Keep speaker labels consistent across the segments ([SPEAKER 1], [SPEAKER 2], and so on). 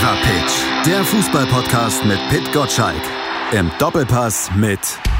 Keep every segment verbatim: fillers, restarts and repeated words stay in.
[SPEAKER 1] Fever Pitch, der Fußball-Podcast mit Pit Gottschalk. Im Doppelpass mit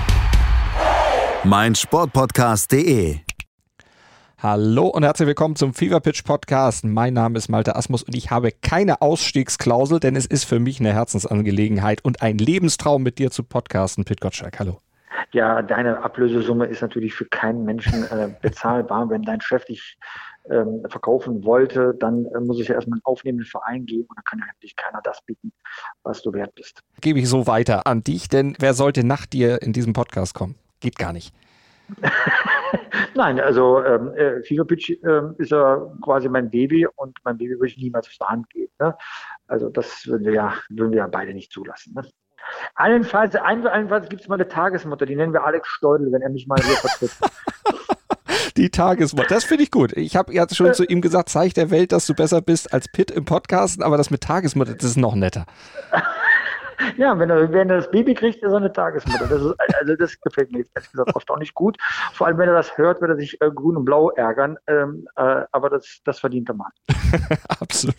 [SPEAKER 1] meinsportpodcast punkt de.
[SPEAKER 2] Hallo und herzlich willkommen zum Fever Pitch Podcast. Mein Name ist Malte Asmus und ich habe keine Ausstiegsklausel, denn es ist für mich eine Herzensangelegenheit und ein Lebenstraum, mit dir zu podcasten. Pit Gottschalk, hallo.
[SPEAKER 3] Ja, deine Ablösesumme ist natürlich für keinen Menschen äh, bezahlbar. Wenn dein Chef dich ähm, verkaufen wollte, dann äh, muss es ja erstmal einen aufnehmenden Verein geben und dann kann ja eigentlich keiner das bieten, was du wert bist.
[SPEAKER 2] Gebe ich so weiter an dich, denn wer sollte nach dir in diesem Podcast kommen? Geht gar nicht.
[SPEAKER 3] Nein, also ähm, äh, Fever Pitch äh, ist ja quasi mein Baby und mein Baby würde ich niemals aus der Hand geben. Ne? Also das würden wir ja, würden wir ja beide nicht zulassen. Ne? Allenfalls, allenfalls gibt es mal eine Tagesmutter, die nennen wir Alex Steudel, wenn er mich mal hier vertritt.
[SPEAKER 2] Die Tagesmutter, das finde ich gut. Ich habe ja schon äh, zu ihm gesagt, zeig der Welt, dass du besser bist als Pitt im Podcasten, aber das mit Tagesmutter, das ist noch netter.
[SPEAKER 3] Ja, wenn er, wenn er das Baby kriegt, ist er eine Tagesmutter. Das ist, also das gefällt mir jetzt ehrlich gesagt erstaunlich gut. Vor allem, wenn er das hört, wird er sich äh, grün und blau ärgern. Ähm, äh, aber das, das verdient er mal.
[SPEAKER 2] Absolut.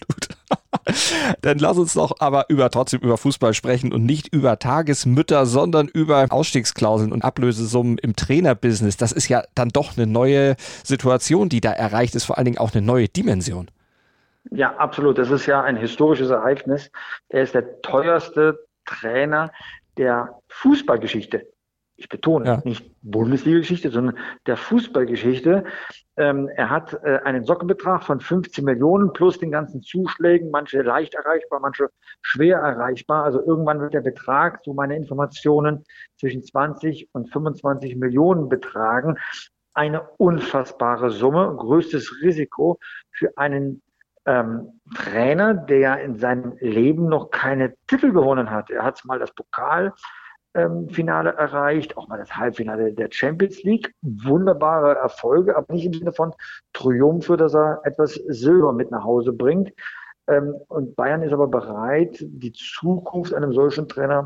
[SPEAKER 2] Dann lass uns doch aber über, trotzdem über Fußball sprechen und nicht über Tagesmütter, sondern über Ausstiegsklauseln und Ablösesummen im Trainerbusiness. Das ist ja dann doch eine neue Situation, die da erreicht ist, vor allen Dingen auch eine neue Dimension.
[SPEAKER 3] Ja, absolut. Das ist ja ein historisches Ereignis. Er ist der teuerste Trainer der Fußballgeschichte. Ich betone, ja. Nicht Bundesliga-Geschichte, sondern der Fußballgeschichte. Ähm, er hat äh, einen Sockelbetrag von fünfzehn Millionen plus den ganzen Zuschlägen, manche leicht erreichbar, manche schwer erreichbar. Also irgendwann wird der Betrag, so meine Informationen, zwischen zwanzig und fünfundzwanzig Millionen betragen. Eine unfassbare Summe, größtes Risiko für einen Ähm, Trainer, der in seinem Leben noch keine Titel gewonnen hat. Er hat mal das Pokalfinale ähm, erreicht, auch mal das Halbfinale der Champions League. Wunderbare Erfolge, aber nicht im Sinne von Triumphe, dass er etwas Silber mit nach Hause bringt. Ähm, und Bayern ist aber bereit, die Zukunft einem solchen Trainer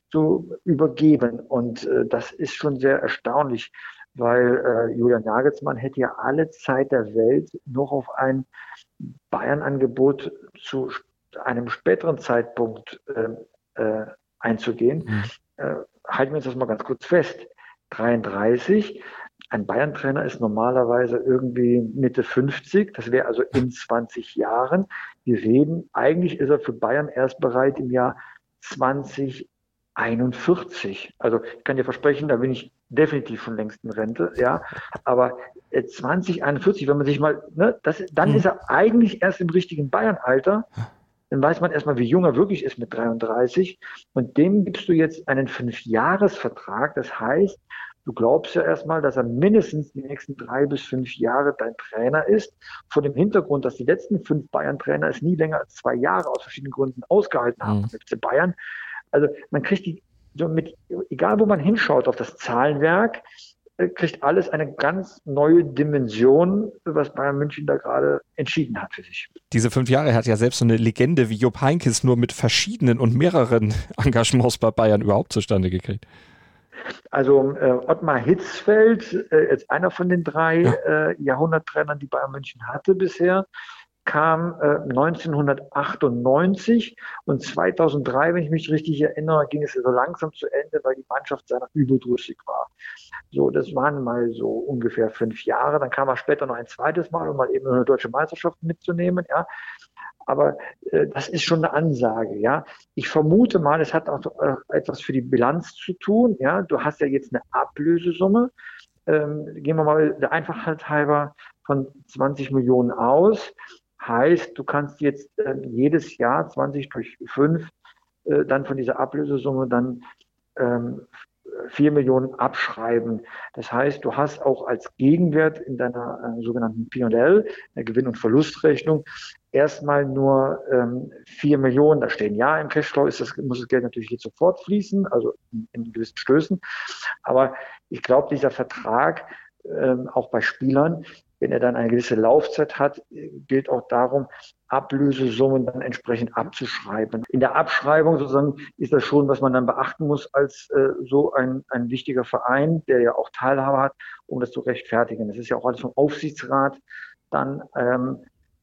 [SPEAKER 3] zu übergeben. Und äh, das ist schon sehr erstaunlich, weil äh, Julian Nagelsmann hätte ja alle Zeit der Welt noch auf ein Bayern-Angebot zu einem späteren Zeitpunkt äh, äh, einzugehen. Mhm. Äh, halten wir uns das mal ganz kurz fest. dreiunddreißig, ein Bayern-Trainer ist normalerweise irgendwie Mitte fünfzig, das wäre also in zwanzig Jahren. Wir reden, eigentlich ist er für Bayern erst bereit im Jahr zwanzig einundvierzig. Also ich kann dir versprechen, da bin ich definitiv schon längst in Rente, ja. Aber äh, zwanzig einundvierzig, wenn man sich mal, ne, das, dann mhm. ist er eigentlich erst im richtigen Bayern-Alter. Dann weiß man erstmal, wie jung er wirklich ist mit dreiunddreißig. Und dem gibst du jetzt einen Fünfjahresvertrag. Das heißt, du glaubst ja erstmal, dass er mindestens die nächsten drei bis fünf Jahre dein Trainer ist. Vor dem Hintergrund, dass die letzten fünf Bayern-Trainer es nie länger als zwei Jahre aus verschiedenen Gründen ausgehalten haben. Mhm. F C Bayern. Also man kriegt die, so mit, egal wo man hinschaut auf das Zahlenwerk, kriegt alles eine ganz neue Dimension, was Bayern München da gerade entschieden hat für sich.
[SPEAKER 2] Diese fünf Jahre hat ja selbst so eine Legende wie Jupp Heynckes nur mit verschiedenen und mehreren Engagements bei Bayern überhaupt zustande gekriegt.
[SPEAKER 3] Also äh, Ottmar Hitzfeld, äh, jetzt einer von den drei ja. äh, Jahrhunderttrainern, die Bayern München hatte bisher, kam äh, neunzehnhundertachtundneunzig und zweitausenddrei, wenn ich mich richtig erinnere, ging es so langsam zu Ende, weil die Mannschaft seiner überdrüssig war. So, das waren mal so ungefähr fünf Jahre. Dann kam er später noch ein zweites Mal, um mal eben eine deutsche Meisterschaft mitzunehmen, ja. Aber äh, das ist schon eine Ansage, ja. Ich vermute mal, es hat auch äh, etwas für die Bilanz zu tun, ja. Du hast ja jetzt eine Ablösesumme. Ähm, gehen wir mal der Einfachheit halber von zwanzig Millionen aus. Heißt, du kannst jetzt äh, jedes Jahr zwanzig durch fünf äh, dann von dieser Ablösesumme dann ähm, vier Millionen abschreiben. Das heißt, du hast auch als Gegenwert in deiner äh, sogenannten P und L, der Gewinn- und Verlustrechnung, erstmal nur ähm, vier Millionen da stehen. Ja, im Cashflow ist das, muss das Geld natürlich jetzt sofort fließen, also in, in gewissen Stößen. Aber ich glaube, dieser Vertrag, ähm, auch bei Spielern, wenn er dann eine gewisse Laufzeit hat, gilt auch darum, Ablösesummen dann entsprechend abzuschreiben. In der Abschreibung sozusagen ist das schon, was man dann beachten muss als äh, so ein, ein wichtiger Verein, der ja auch Teilhabe hat, um das zu rechtfertigen. Das ist ja auch alles vom Aufsichtsrat dann ähm,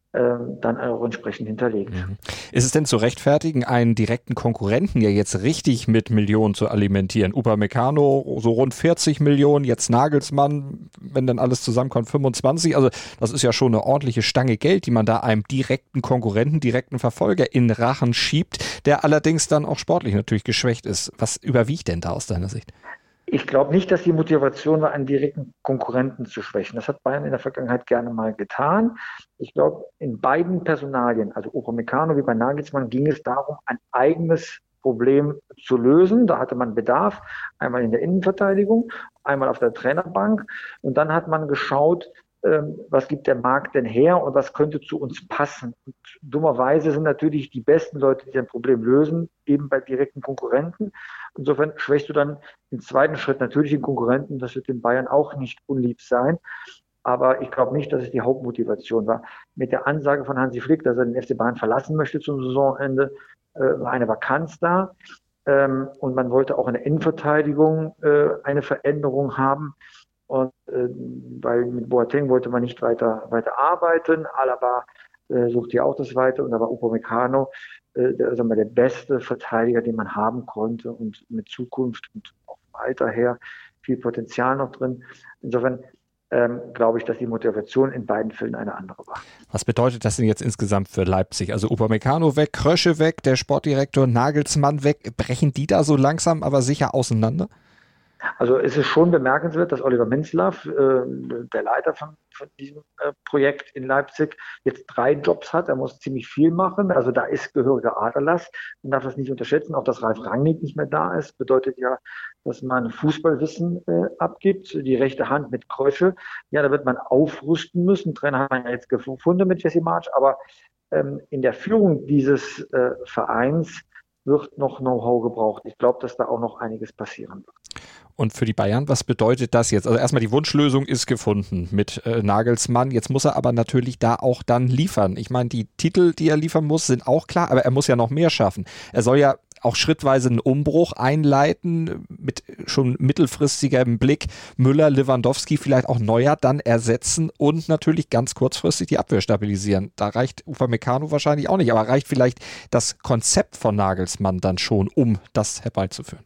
[SPEAKER 3] ähm, dann auch entsprechend hinterlegt.
[SPEAKER 2] Mhm. Ist es denn zu rechtfertigen, einen direkten Konkurrenten ja jetzt richtig mit Millionen zu alimentieren? Upamecano so rund vierzig Millionen, jetzt Nagelsmann, wenn dann alles zusammenkommt, fünfundzwanzig. Also das ist ja schon eine ordentliche Stange Geld, die man da einem direkten Konkurrenten, direkten Verfolger in Rachen schiebt, der allerdings dann auch sportlich natürlich geschwächt ist. Was überwiegt denn da aus deiner Sicht?
[SPEAKER 3] Ich glaube nicht, dass die Motivation war, einen direkten Konkurrenten zu schwächen. Das hat Bayern in der Vergangenheit gerne mal getan. Ich glaube, in beiden Personalien, also Upamecano wie bei Nagelsmann, ging es darum, ein eigenes Problem zu lösen. Da hatte man Bedarf, einmal in der Innenverteidigung, einmal auf der Trainerbank. Und dann hat man geschaut, ähm, was gibt der Markt denn her und was könnte zu uns passen. Und dummerweise sind natürlich die besten Leute, die ein Problem lösen, eben bei direkten Konkurrenten. Insofern schwächst du dann im zweiten Schritt natürlich den Konkurrenten. Das wird den Bayern auch nicht unlieb sein. Aber ich glaube nicht, dass es die Hauptmotivation war. Mit der Ansage von Hansi Flick, dass er den F C Bayern verlassen möchte zum Saisonende, äh, war eine Vakanz da. Ähm, und man wollte auch in der Innenverteidigung äh, eine Veränderung haben. Und äh, weil mit Boateng wollte man nicht weiter, weiter arbeiten. Alaba äh, suchte ja auch das Weite. Und da war Upamecano äh, der, sagen wir, der beste Verteidiger, den man haben konnte. Und mit Zukunft und auch weiter her viel Potenzial noch drin. Insofern ähm, glaube ich, dass die Motivation in beiden Fällen eine andere war.
[SPEAKER 2] Was bedeutet das denn jetzt insgesamt für Leipzig? Also Upamecano weg, Krösche weg, der Sportdirektor Nagelsmann weg. Brechen die da so langsam, aber sicher auseinander?
[SPEAKER 3] Also es ist schon bemerkenswert, dass Oliver Minzlaff, äh, der Leiter von, von diesem äh, Projekt in Leipzig, jetzt drei Jobs hat. Er muss ziemlich viel machen. Also da ist gehöriger Aderlass. Man darf das nicht unterschätzen. Auch dass Ralf Rangnick nicht mehr da ist, bedeutet ja, dass man Fußballwissen äh, abgibt. Die rechte Hand mit Krösche. Ja, da wird man aufrüsten müssen. Trainer hat man ja jetzt gefunden mit Jesse Marsch. Aber ähm, in der Führung dieses äh, Vereins wird noch Know-how gebraucht. Ich glaube, dass da auch noch einiges passieren wird.
[SPEAKER 2] Und für die Bayern, was bedeutet das jetzt? Also erstmal die Wunschlösung ist gefunden mit äh, Nagelsmann. Jetzt muss er aber natürlich da auch dann liefern. Ich meine, die Titel, die er liefern muss, sind auch klar, aber er muss ja noch mehr schaffen. Er soll ja auch schrittweise einen Umbruch einleiten mit schon mittelfristigem Blick. Müller, Lewandowski, vielleicht auch Neuer dann ersetzen und natürlich ganz kurzfristig die Abwehr stabilisieren. Da reicht Upamecano wahrscheinlich auch nicht, aber reicht vielleicht das Konzept von Nagelsmann dann schon, um das herbeizuführen?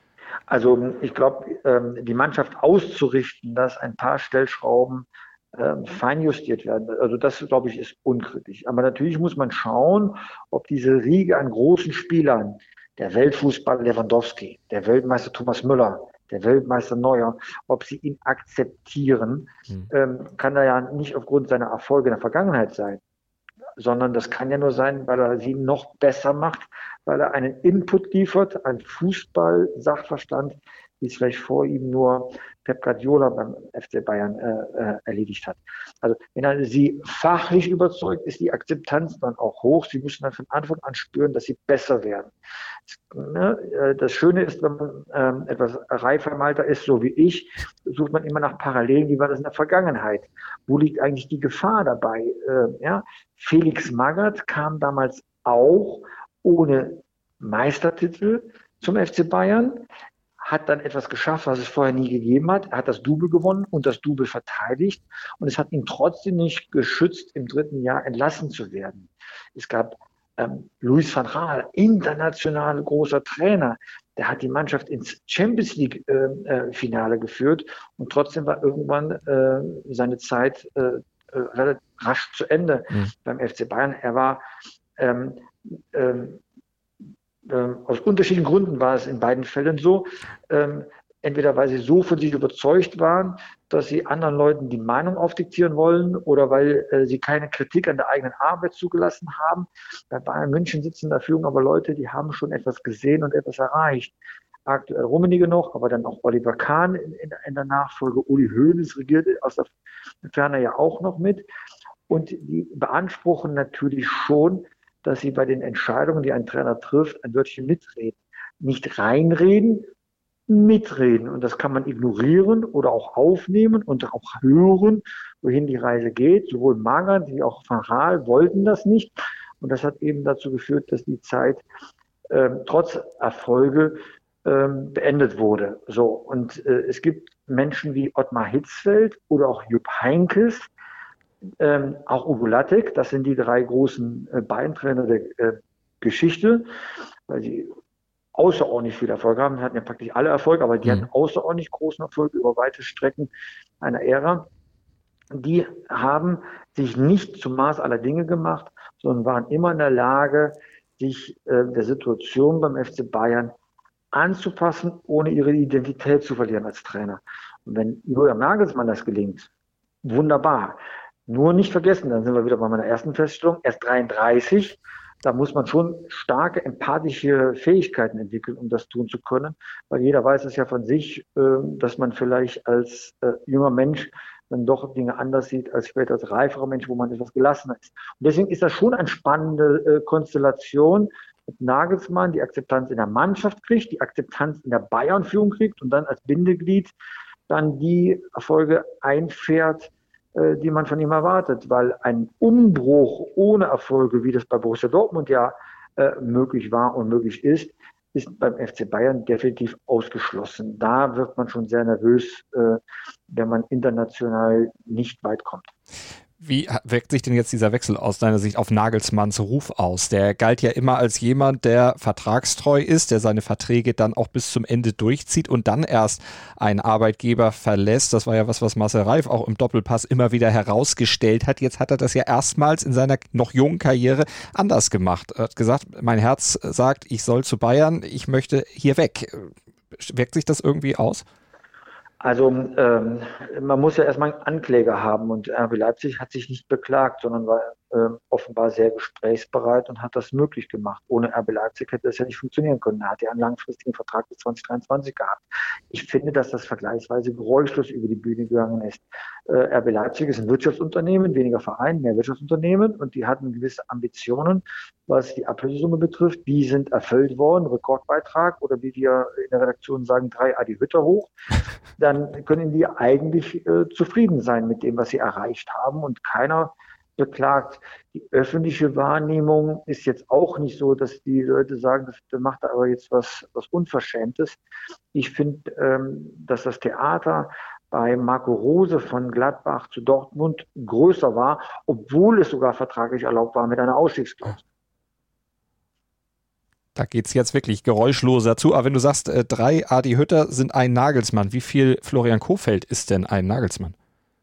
[SPEAKER 3] Also ich glaube, ähm, die Mannschaft auszurichten, dass ein paar Stellschrauben ähm, feinjustiert werden, also das, glaube ich, ist unkritisch. Aber natürlich muss man schauen, ob diese Riege an großen Spielern, der Weltfußballer Lewandowski, der Weltmeister Thomas Müller, der Weltmeister Neuer, ob sie ihn akzeptieren, mhm. ähm, kann er ja nicht aufgrund seiner Erfolge in der Vergangenheit sein, sondern das kann ja nur sein, weil er sie noch besser macht, weil er einen Input liefert, einen Fußball-Sachverstand, wie es vielleicht vor ihm nur Pep Guardiola beim F C Bayern äh, erledigt hat. Also wenn er sie fachlich überzeugt, ist die Akzeptanz dann auch hoch. Sie müssen dann von Anfang an spüren, dass sie besser werden. Das Schöne ist, wenn man ähm, etwas reifer im Alter ist, so wie ich, sucht man immer nach Parallelen, wie war das in der Vergangenheit? Wo liegt eigentlich die Gefahr dabei? Äh, ja? Felix Magath kam damals auch ohne Meistertitel zum F C Bayern, hat dann etwas geschafft, was es vorher nie gegeben hat. Er hat das Double gewonnen und das Double verteidigt. Und es hat ihn trotzdem nicht geschützt, im dritten Jahr entlassen zu werden. Es gab ähm, Louis van Gaal, international großer Trainer. Der hat die Mannschaft ins Champions League äh, äh, Finale geführt. Und trotzdem war irgendwann äh, seine Zeit äh, äh, relativ rasch zu Ende mhm. beim F C Bayern. Er war ähm, ähm, Ähm, aus unterschiedlichen Gründen war es in beiden Fällen so. Ähm, entweder weil sie so von sich überzeugt waren, dass sie anderen Leuten die Meinung aufdiktieren wollen oder weil äh, sie keine Kritik an der eigenen Arbeit zugelassen haben. Bei Bayern München sitzen da Führung aber Leute, die haben schon etwas gesehen und etwas erreicht. Aktuell Rummenigge noch, aber dann auch Oliver Kahn in, in, in der Nachfolge. Uli Hoeneß regiert aus der Ferne ja auch noch mit. Und die beanspruchen natürlich schon, dass sie bei den Entscheidungen, die ein Trainer trifft, ein Wörtchen mitreden. Nicht reinreden, mitreden. Und das kann man ignorieren oder auch aufnehmen und auch hören, wohin die Reise geht. Sowohl Magath wie auch Van Gaal wollten das nicht. Und das hat eben dazu geführt, dass die Zeit ähm, trotz Erfolge ähm, beendet wurde. So. Und äh, es gibt Menschen wie Ottmar Hitzfeld oder auch Jupp Heynckes, ähm, auch Ugo Lattek, das sind die drei großen äh, Bayern-Trainer der äh, Geschichte, weil sie außerordentlich viel Erfolg haben. Die hatten ja praktisch alle Erfolg, aber die mhm. hatten außerordentlich großen Erfolg über weite Strecken einer Ära. Die haben sich nicht zum Maß aller Dinge gemacht, sondern waren immer in der Lage, sich äh, der Situation beim F C Bayern anzupassen, ohne ihre Identität zu verlieren als Trainer. Und wenn Julian Nagelsmann das gelingt, wunderbar. Nur nicht vergessen, dann sind wir wieder bei meiner ersten Feststellung, erst dreiunddreißig, da muss man schon starke empathische Fähigkeiten entwickeln, um das tun zu können, weil jeder weiß es ja von sich, äh, dass man vielleicht als äh, junger Mensch dann doch Dinge anders sieht als später als reiferer Mensch, wo man etwas gelassener ist. Und deswegen ist das schon eine spannende äh, Konstellation, ob Nagelsmann die Akzeptanz in der Mannschaft kriegt, die Akzeptanz in der Bayern-Führung kriegt und dann als Bindeglied dann die Erfolge einfährt, äh, die man von ihm erwartet. Weil ein Umbruch ohne Erfolge, wie das bei Borussia Dortmund ja äh, möglich war und möglich ist, ist beim F C Bayern definitiv ausgeschlossen. Da wird man schon sehr nervös, äh, wenn man international nicht weit kommt.
[SPEAKER 2] Wie wirkt sich denn jetzt dieser Wechsel aus deiner Sicht auf Nagelsmanns Ruf aus? Der galt ja immer als jemand, der vertragstreu ist, der seine Verträge dann auch bis zum Ende durchzieht und dann erst einen Arbeitgeber verlässt. Das war ja was, was Marcel Reif auch im Doppelpass immer wieder herausgestellt hat. Jetzt hat er das ja erstmals in seiner noch jungen Karriere anders gemacht. Er hat gesagt, mein Herz sagt, ich soll zu Bayern, ich möchte hier weg. Wirkt sich das irgendwie aus?
[SPEAKER 3] Also ähm, man muss ja erstmal einen Ankläger haben und R B Leipzig hat sich nicht beklagt, sondern war ähm, offenbar sehr gesprächsbereit und hat das möglich gemacht. Ohne R B Leipzig hätte das ja nicht funktionieren können. Er hat ja einen langfristigen Vertrag bis zwanzig dreiundzwanzig gehabt. Ich finde, dass das vergleichsweise geräuschlos über die Bühne gegangen ist. Äh, R B Leipzig ist ein Wirtschaftsunternehmen, weniger Verein, mehr Wirtschaftsunternehmen und die hatten gewisse Ambitionen, was die Ablösesumme betrifft. Die sind erfüllt worden, Rekordbeitrag oder wie wir in der Redaktion sagen, drei Adi Hütter hoch. Dann können die eigentlich äh, zufrieden sein mit dem, was sie erreicht haben und keiner beklagt. Die öffentliche Wahrnehmung ist jetzt auch nicht so, dass die Leute sagen, das, das macht aber jetzt was, was Unverschämtes. Ich finde, ähm, dass das Theater bei Marco Rose von Gladbach zu Dortmund größer war, obwohl es sogar vertraglich erlaubt war mit einer Ausstiegsklausel.
[SPEAKER 2] Da geht es jetzt wirklich geräuschloser zu. Aber wenn du sagst, äh, drei Adi Hütter sind ein Nagelsmann, wie viel Florian Kohfeldt ist denn ein Nagelsmann?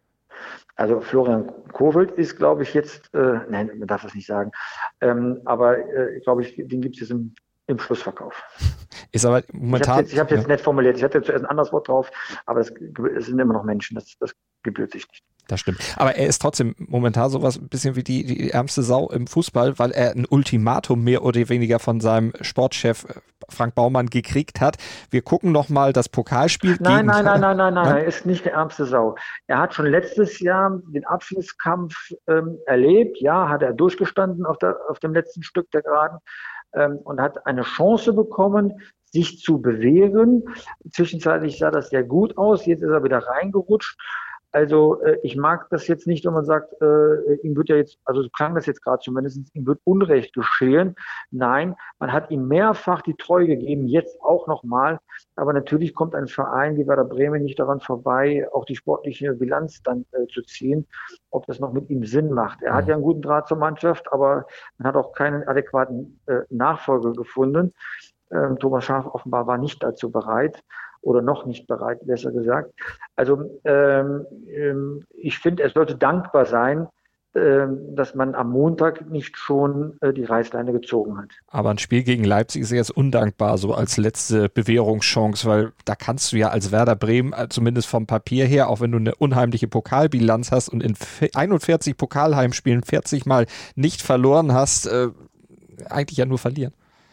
[SPEAKER 3] Also Florian Kohfeldt ist, glaube ich, jetzt, äh, nein, man darf das nicht sagen, ähm, aber äh, glaube ich, den gibt es jetzt im, im Schlussverkauf. Ist aber momentan... Ich habe es jetzt, jetzt ja. nett formuliert, ich hatte zuerst ein anderes Wort drauf, aber es, es sind immer noch Menschen, das, das gebührt sich nicht.
[SPEAKER 2] Das stimmt. Aber er ist trotzdem momentan sowas ein bisschen wie die, die ärmste Sau im Fußball, weil er ein Ultimatum mehr oder weniger von seinem Sportchef Frank Baumann gekriegt hat. Wir gucken nochmal das Pokalspiel.
[SPEAKER 3] Nein,
[SPEAKER 2] gegen
[SPEAKER 3] nein, nein, nein, nein, nein, er ist nicht der ärmste Sau. Er hat schon letztes Jahr den Abschlusskampf ähm, erlebt. Ja, hat er durchgestanden auf, der, auf dem letzten Stück der Geraden ähm, und hat eine Chance bekommen, sich zu bewähren. Zwischenzeitlich sah das sehr gut aus. Jetzt ist er wieder reingerutscht. Also äh, ich mag das jetzt nicht, wenn man sagt, äh, ihm wird ja jetzt, also so klang das jetzt gerade zumindest, ihm wird Unrecht geschehen. Nein, man hat ihm mehrfach die Treue gegeben, jetzt auch nochmal. Aber natürlich kommt ein Verein wie Werder Bremen nicht daran vorbei, auch die sportliche Bilanz dann äh, zu ziehen, ob das noch mit ihm Sinn macht. Er hat ja einen guten Draht zur Mannschaft, aber man hat auch keinen adäquaten äh, Nachfolger gefunden. Ähm, Thomas Schaaf offenbar war nicht dazu bereit. Oder noch nicht bereit, besser gesagt. Also ähm, ähm, ich finde, er sollte dankbar sein, ähm, dass man am Montag nicht schon äh, die Reißleine gezogen hat.
[SPEAKER 2] Aber ein Spiel gegen Leipzig ist jetzt undankbar, so als letzte Bewährungschance, weil da kannst du ja als Werder Bremen, zumindest vom Papier her, auch wenn du eine unheimliche Pokalbilanz hast und in einundvierzig Pokalheimspielen vierzig Mal nicht verloren hast, äh, eigentlich ja nur verlieren.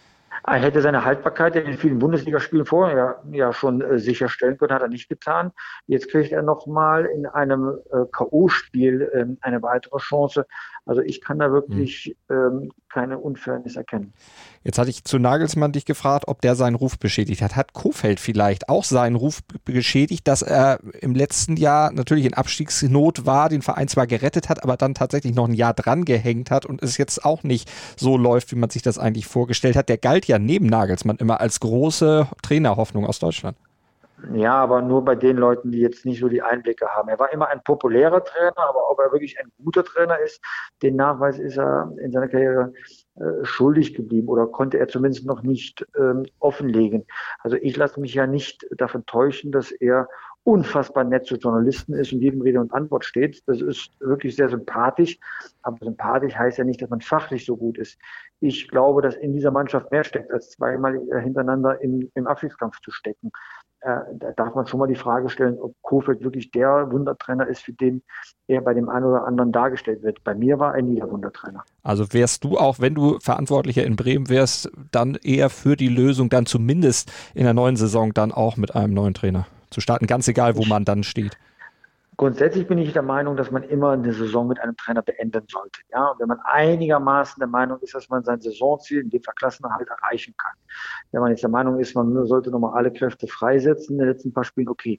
[SPEAKER 3] Er hätte seine Haltbarkeit in vielen Bundesligaspielen vorher ja, ja schon äh, sicherstellen können, hat er nicht getan. Jetzt kriegt er nochmal in einem äh, K O-Spiel äh, eine weitere Chance. Also ich kann da wirklich ähm, keine Unfairness erkennen.
[SPEAKER 2] Jetzt hatte ich zu Nagelsmann dich gefragt, ob der seinen Ruf beschädigt hat. Hat Kohfeldt vielleicht auch seinen Ruf beschädigt, dass er im letzten Jahr natürlich in Abstiegsnot war, den Verein zwar gerettet hat, aber dann tatsächlich noch ein Jahr dran gehängt hat und es jetzt auch nicht so läuft, wie man sich das eigentlich vorgestellt hat. Der galt ja neben Nagelsmann immer als große Trainerhoffnung aus Deutschland.
[SPEAKER 3] Ja, aber nur bei den Leuten, die jetzt nicht so die Einblicke haben. Er war immer ein populärer Trainer, aber ob er wirklich ein guter Trainer ist, den Nachweis ist er in seiner Karriere äh, schuldig geblieben oder konnte er zumindest noch nicht ähm, offenlegen. Also ich lasse mich ja nicht davon täuschen, dass er unfassbar nett zu Journalisten ist und jedem Rede und Antwort steht. Das ist wirklich sehr sympathisch. Aber sympathisch heißt ja nicht, dass man fachlich so gut ist. Ich glaube, dass in dieser Mannschaft mehr steckt, als zweimal hintereinander im, im Abstiegskampf zu stecken. Äh, da darf man schon mal die Frage stellen, ob Kohfeldt wirklich der Wundertrainer ist, für den er bei dem einen oder anderen dargestellt wird. Bei mir war er nie der Wundertrainer.
[SPEAKER 2] Also wärst du auch, wenn du Verantwortlicher in Bremen wärst, dann eher für die Lösung, dann zumindest in der neuen Saison dann auch mit einem neuen Trainer zu starten, ganz egal, wo man dann steht?
[SPEAKER 3] Grundsätzlich bin ich der Meinung, dass man immer eine Saison mit einem Trainer beenden sollte. Ja, und wenn man einigermaßen der Meinung ist, dass man sein Saisonziel, in dem Fall Klassenerhalt, erreichen kann. Wenn man jetzt der Meinung ist, man sollte nochmal alle Kräfte freisetzen in den letzten paar Spielen, okay.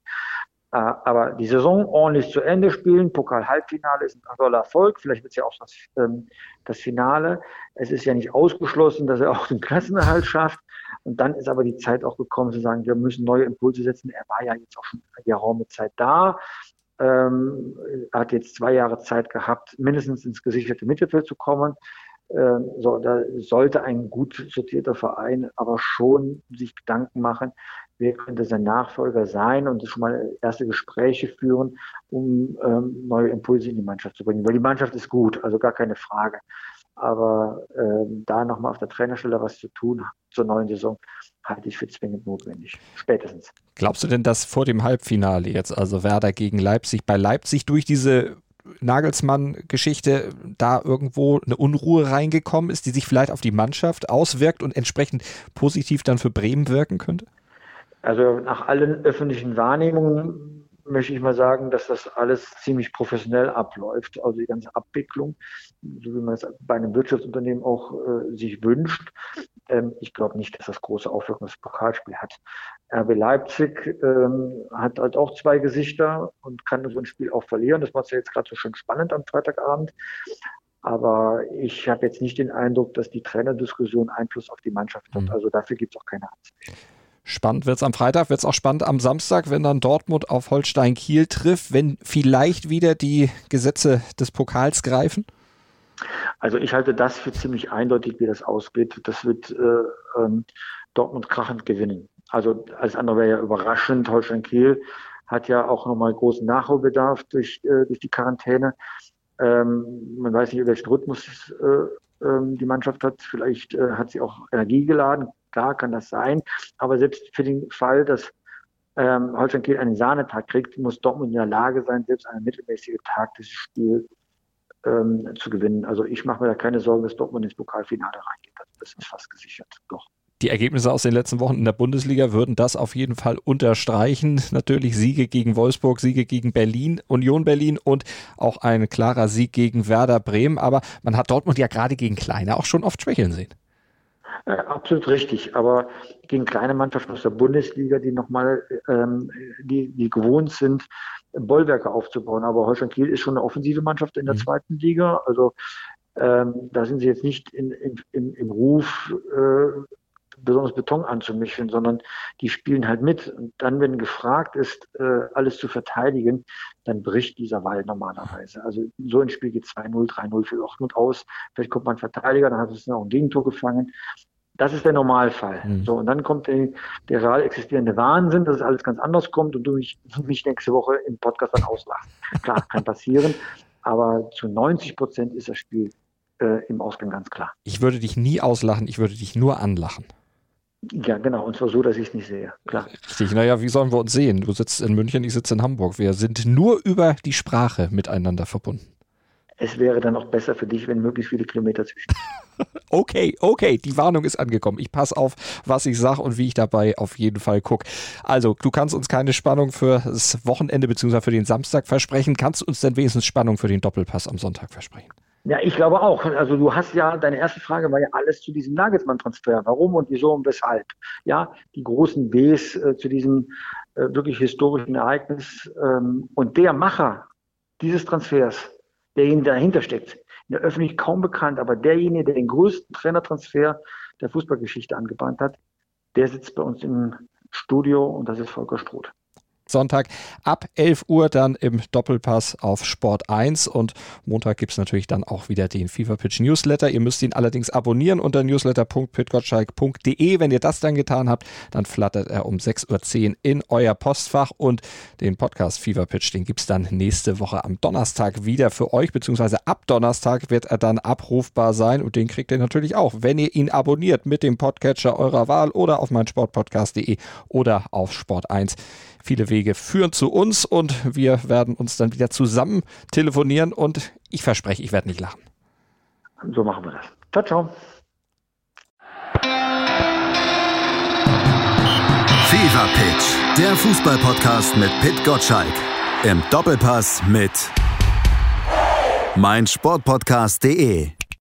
[SPEAKER 3] Aber die Saison ordentlich zu Ende spielen, Pokal-Halbfinale ist ein toller Erfolg, vielleicht wird es ja auch das, ähm, das Finale. Es ist ja nicht ausgeschlossen, dass er auch den Klassenerhalt schafft. Und dann ist aber die Zeit auch gekommen zu sagen, wir müssen neue Impulse setzen. Er war ja jetzt auch schon eine geraume Zeit da. Ähm, hat jetzt zwei Jahre Zeit gehabt, mindestens ins gesicherte Mittelfeld zu kommen. Ähm, so, da sollte ein gut sortierter Verein aber schon sich Gedanken machen, wer könnte sein Nachfolger sein und schon mal erste Gespräche führen, um ähm, neue Impulse in die Mannschaft zu bringen. Weil die Mannschaft ist gut, also gar keine Frage. Aber ähm, da nochmal auf der Trainerstelle was zu tun zur neuen Saison, halte ich für zwingend notwendig. Spätestens.
[SPEAKER 2] Glaubst du denn, dass vor dem Halbfinale jetzt, also Werder gegen Leipzig, bei Leipzig durch diese Nagelsmann-Geschichte da irgendwo eine Unruhe reingekommen ist, die sich vielleicht auf die Mannschaft auswirkt und entsprechend positiv dann für Bremen wirken könnte?
[SPEAKER 3] Also nach allen öffentlichen Wahrnehmungen möchte ich mal sagen, dass das alles ziemlich professionell abläuft. Also die ganze Abwicklung, so wie man es bei einem Wirtschaftsunternehmen auch äh, sich wünscht. Ähm, ich glaube nicht, dass das große Auswirkungen auf das Pokalspiel hat. R B Leipzig ähm, hat halt auch zwei Gesichter und kann so ein Spiel auch verlieren. Das macht es ja jetzt gerade so schön spannend am Freitagabend. Aber ich habe jetzt nicht den Eindruck, dass die Trainerdiskussion Einfluss auf die Mannschaft hat. Also dafür gibt es auch keine Anzeichen.
[SPEAKER 2] Spannend wird es am Freitag, wird es auch spannend am Samstag, wenn dann Dortmund auf Holstein Kiel trifft, wenn vielleicht wieder die Gesetze des Pokals greifen?
[SPEAKER 3] Also ich halte das für ziemlich eindeutig, wie das ausgeht. Das wird äh, ähm, Dortmund krachend gewinnen. Also alles andere wäre ja überraschend. Holstein Kiel hat ja auch nochmal großen Nachholbedarf durch, äh, durch die Quarantäne. Ähm, man weiß nicht, welchen Rhythmus äh, äh, die Mannschaft hat. Vielleicht äh, hat sie auch Energie geladen. Klar kann das sein. Aber selbst für den Fall, dass ähm, Holstein Kiel einen Sahnetag kriegt, muss Dortmund in der Lage sein, selbst einen mittelmäßigen Tag dieses Spiel ähm, zu gewinnen. Also ich mache mir da keine Sorgen, dass Dortmund ins Pokalfinale reingeht. Das ist fast gesichert. Doch.
[SPEAKER 2] Die Ergebnisse aus den letzten Wochen in der Bundesliga würden das auf jeden Fall unterstreichen. Natürlich Siege gegen Wolfsburg, Siege gegen Berlin, Union Berlin und auch ein klarer Sieg gegen Werder Bremen. Aber man hat Dortmund ja gerade gegen Kleine auch schon oft schwächeln sehen.
[SPEAKER 3] Äh, absolut richtig, aber gegen kleine Mannschaften aus der Bundesliga, die nochmal, ähm, die, die gewohnt sind, Bollwerke aufzubauen. Aber Holstein Kiel ist schon eine offensive Mannschaft in der mhm. zweiten Liga. Also ähm, da sind sie jetzt nicht in, in, in, im Ruf, äh, besonders Beton anzumischen, sondern die spielen halt mit. Und dann, wenn gefragt ist, äh, alles zu verteidigen, dann bricht dieser Wall normalerweise. Also so ein Spiel geht zwei null, drei null für Dortmund aus. Vielleicht kommt man Verteidiger, dann hat es noch ein Gegentor gefangen. Das ist der Normalfall. Mhm. So, und dann kommt der, der real existierende Wahnsinn, dass es alles ganz anders kommt und du mich, mich nächste Woche im Podcast dann auslachst. Klar, kann passieren, aber zu neunzig Prozent ist das Spiel äh, im Ausgang ganz klar.
[SPEAKER 2] Ich würde dich nie auslachen, ich würde dich nur anlachen.
[SPEAKER 3] Ja, genau, und zwar so, dass ich es nicht sehe, klar.
[SPEAKER 2] Richtig, naja, wie sollen wir uns sehen? Du sitzt in München, ich sitze in Hamburg. Wir sind nur über die Sprache miteinander verbunden.
[SPEAKER 3] Es wäre dann auch besser für dich, wenn möglichst viele Kilometer zwischen.
[SPEAKER 2] Okay, okay, die Warnung ist angekommen. Ich passe auf, was ich sage und wie ich dabei auf jeden Fall gucke. Also, du kannst uns keine Spannung für das Wochenende bzw. für den Samstag versprechen. Kannst du uns denn wenigstens Spannung für den Doppelpass am Sonntag versprechen?
[SPEAKER 3] Ja, ich glaube auch. Also du hast ja, deine erste Frage war ja alles zu diesem Nagelsmann-Transfer. Warum und wieso und weshalb? Ja, die großen Bs äh, zu diesem äh, wirklich historischen Ereignis. Ähm, und der Macher dieses Transfers, derjenige, der dahinter steckt, in der Öffentlichkeit kaum bekannt, aber derjenige, der den größten Trainertransfer der Fußballgeschichte angebahnt hat, der sitzt bei uns im Studio und das ist Volker Struth.
[SPEAKER 2] Sonntag ab elf Uhr dann im Doppelpass auf Sport eins und Montag gibt es natürlich dann auch wieder den FeverPitch Newsletter. Ihr müsst ihn allerdings abonnieren unter newsletter punkt pitgottschalk punkt de. Wenn ihr das dann getan habt, dann flattert er um sechs Uhr zehn in euer Postfach und den Podcast FeverPitch, den gibt es dann nächste Woche am Donnerstag wieder für euch, beziehungsweise ab Donnerstag wird er dann abrufbar sein und den kriegt ihr natürlich auch, wenn ihr ihn abonniert mit dem Podcatcher eurer Wahl oder auf meinsportpodcast punkt de oder auf Sport eins. Viele Wege führen zu uns und wir werden uns dann wieder zusammen telefonieren und ich verspreche, ich werde nicht lachen.
[SPEAKER 3] So machen wir das. Ciao, ciao.
[SPEAKER 1] Fever Pitch, der Fußball-Podcast mit Pit Gottschalk. Im Doppelpass mit meinsportpodcast punkt de.